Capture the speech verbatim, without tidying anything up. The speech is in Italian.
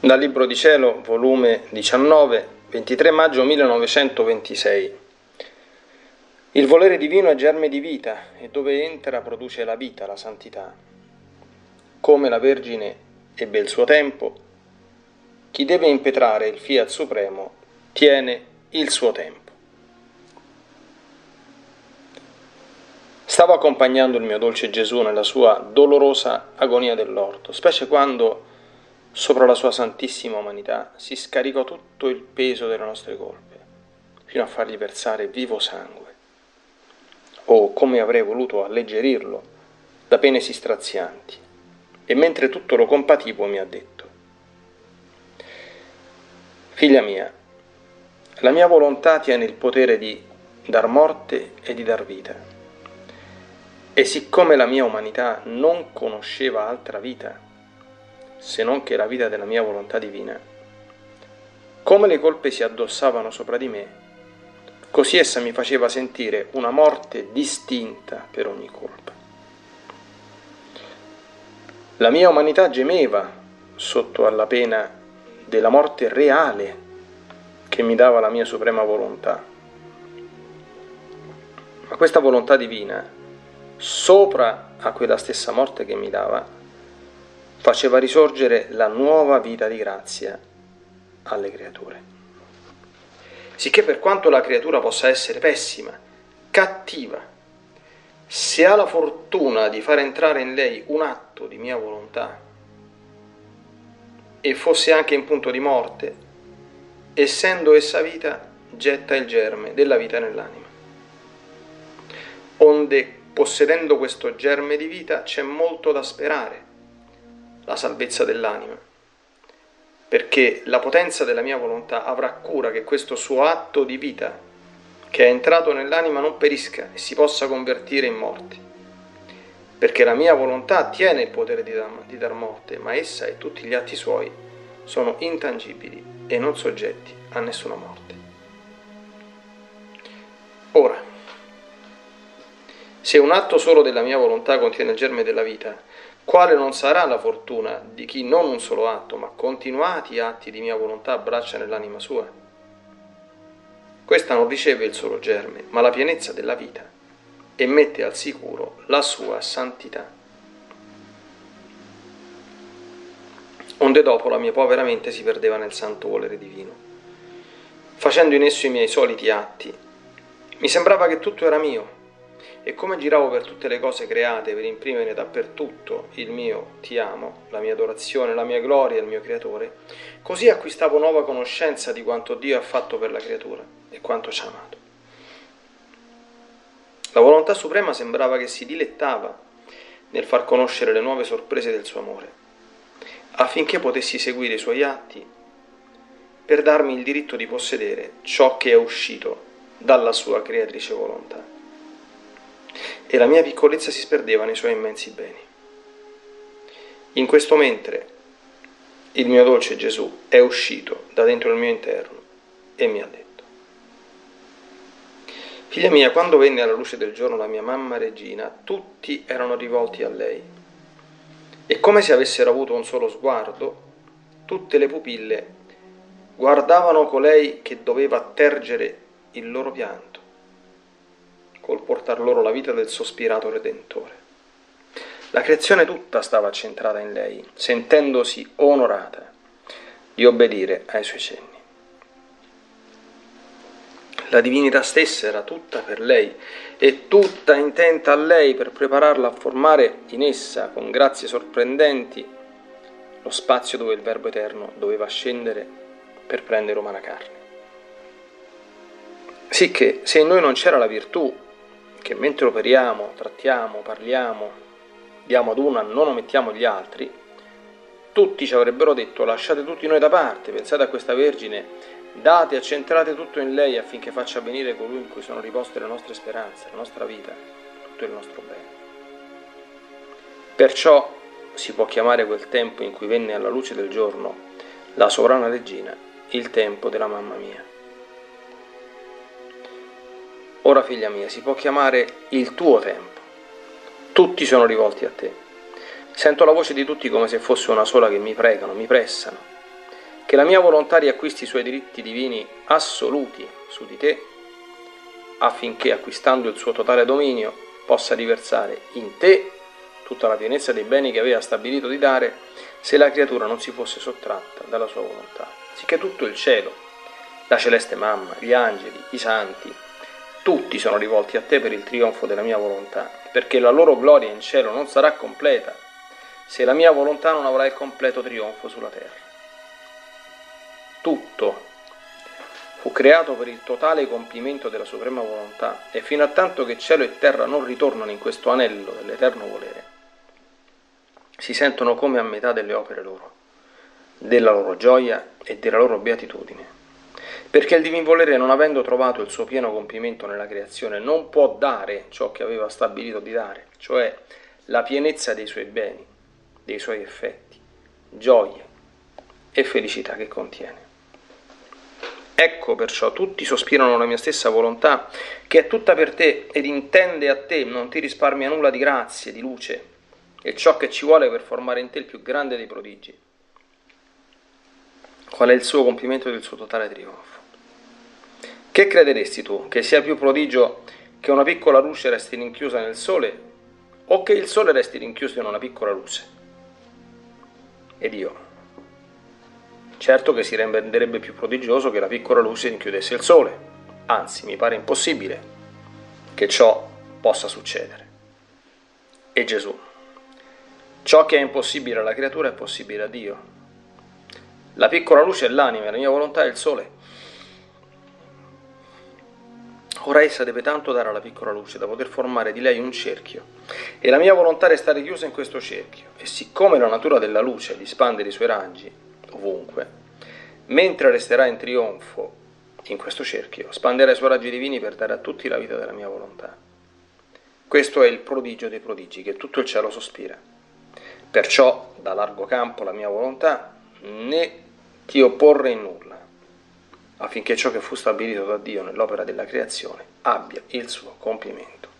Dal Libro di Cielo, volume diciannove, ventitré maggio millenovecentoventisei. Il volere divino è germe di vita e dove entra produce la vita, la santità. Come la Vergine ebbe il suo tempo, chi deve impetrare il fiat supremo tiene il suo tempo. Stavo accompagnando il mio dolce Gesù nella sua dolorosa agonia dell'orto, specie quando sopra la sua santissima umanità si scaricò tutto il peso delle nostre colpe, fino a fargli versare vivo sangue. Oh, come avrei voluto alleggerirlo da pene sì strazianti. E mentre tutto lo compativo mi ha detto: figlia mia, la mia volontà tiene il potere di dar morte e di dar vita. E siccome la mia umanità non conosceva altra vita se non che la vita della mia volontà divina, come le colpe si addossavano sopra di me, così essa mi faceva sentire una morte distinta per ogni colpa. La mia umanità gemeva sotto alla pena della morte reale che mi dava la mia suprema volontà. Ma questa volontà divina, sopra a quella stessa morte che mi dava, faceva risorgere la nuova vita di grazia alle creature. Sicché per quanto la creatura possa essere pessima, cattiva, se ha la fortuna di far entrare in lei un atto di mia volontà, e fosse anche in punto di morte, essendo essa vita, getta il germe della vita nell'anima. Onde, possedendo questo germe di vita, c'è molto da sperare, la salvezza dell'anima, perché la potenza della mia volontà avrà cura che questo suo atto di vita che è entrato nell'anima non perisca e si possa convertire in morte, perché la mia volontà tiene il potere di dar, di dar morte, ma essa e tutti gli atti suoi sono intangibili e non soggetti a nessuna morte. Ora, se un atto solo della mia volontà contiene il germe della vita, quale non sarà la fortuna di chi non un solo atto, ma continuati atti di mia volontà abbraccia nell'anima sua? Questa non riceve il solo germe, ma la pienezza della vita, e mette al sicuro la sua santità. Onde dopo la mia povera mente si perdeva nel santo volere divino. Facendo in esso i miei soliti atti, mi sembrava che tutto era mio, e come giravo per tutte le cose create per imprimere dappertutto il mio ti amo, la mia adorazione, la mia gloria al mio creatore, così acquistavo nuova conoscenza di quanto Dio ha fatto per la creatura e quanto ci ha amato. La volontà suprema sembrava che si dilettava nel far conoscere le nuove sorprese del suo amore, affinché potessi seguire i suoi atti per darmi il diritto di possedere ciò che è uscito dalla sua creatrice volontà. E la mia piccolezza si sperdeva nei suoi immensi beni. In questo mentre il mio dolce Gesù è uscito da dentro il mio interno e mi ha detto: figlia mia, quando venne alla luce del giorno la mia mamma regina, tutti erano rivolti a lei, e come se avessero avuto un solo sguardo, tutte le pupille guardavano colei che doveva attergere il loro pianto col portar loro la vita del sospirato Redentore. La creazione tutta stava accentrata in lei, sentendosi onorata di obbedire ai suoi cenni. La divinità stessa era tutta per lei e tutta intenta a lei per prepararla a formare in essa, con grazie sorprendenti, lo spazio dove il Verbo Eterno doveva scendere per prendere umana carne. Sicché se in noi non c'era la virtù che mentre operiamo, trattiamo, parliamo, diamo ad una, non omettiamo gli altri, tutti ci avrebbero detto: lasciate tutti noi da parte, pensate a questa Vergine, date, accentrate tutto in lei affinché faccia venire colui in cui sono riposte le nostre speranze, la nostra vita, tutto il nostro bene. Perciò si può chiamare quel tempo in cui venne alla luce del giorno la sovrana regina il tempo della mamma mia. Ora, figlia mia, si può chiamare il tuo tempo. Tutti sono rivolti a te. Sento la voce di tutti come se fosse una sola che mi pregano, mi pressano. che la mia volontà riacquisti i suoi diritti divini assoluti su di te, affinché, acquistando il suo totale dominio, possa riversare in te tutta la pienezza dei beni che aveva stabilito di dare se la creatura non si fosse sottratta dalla sua volontà. Sicché tutto il cielo, la celeste mamma, gli angeli, i santi, tutti sono rivolti a te per il trionfo della mia volontà, perché la loro gloria in cielo non sarà completa se la mia volontà non avrà il completo trionfo sulla terra. Tutto fu creato per il totale compimento della suprema volontà, e fino a tanto che cielo e terra non ritornano in questo anello dell'eterno volere, si sentono come a metà delle opere loro, della loro gioia e della loro beatitudine. Perché il divin volere, non avendo trovato il suo pieno compimento nella creazione, non può dare ciò che aveva stabilito di dare, cioè la pienezza dei suoi beni, dei suoi effetti, gioie e felicità che contiene. Ecco perciò tutti sospirano la mia stessa volontà, che è tutta per te ed intende a te, non ti risparmia nulla di grazie, di luce, e ciò che ci vuole per formare in te il più grande dei prodigi. Qual è il suo compimento del suo totale trionfo? Che crederesti tu, che sia più prodigio che una piccola luce resti rinchiusa nel sole, o che il sole resti rinchiuso in una piccola luce? Ed io, certo che si renderebbe più prodigioso che la piccola luce rinchiudesse il sole, anzi mi pare impossibile che ciò possa succedere. E Gesù, ciò che è impossibile alla creatura è possibile a Dio. La piccola luce è l'anima, la mia volontà è il sole. Ora essa deve tanto dare alla piccola luce da poter formare di lei un cerchio, e la mia volontà restare chiusa in questo cerchio, e siccome la natura della luce è di spandere i suoi raggi ovunque, mentre resterà in trionfo in questo cerchio, spanderà i suoi raggi divini per dare a tutti la vita della mia volontà. Questo è il prodigio dei prodigi che tutto il cielo sospira. Perciò da largo campo la mia volontà, né ti opporre in nulla, affinché ciò che fu stabilito da Dio nell'opera della creazione abbia il suo compimento.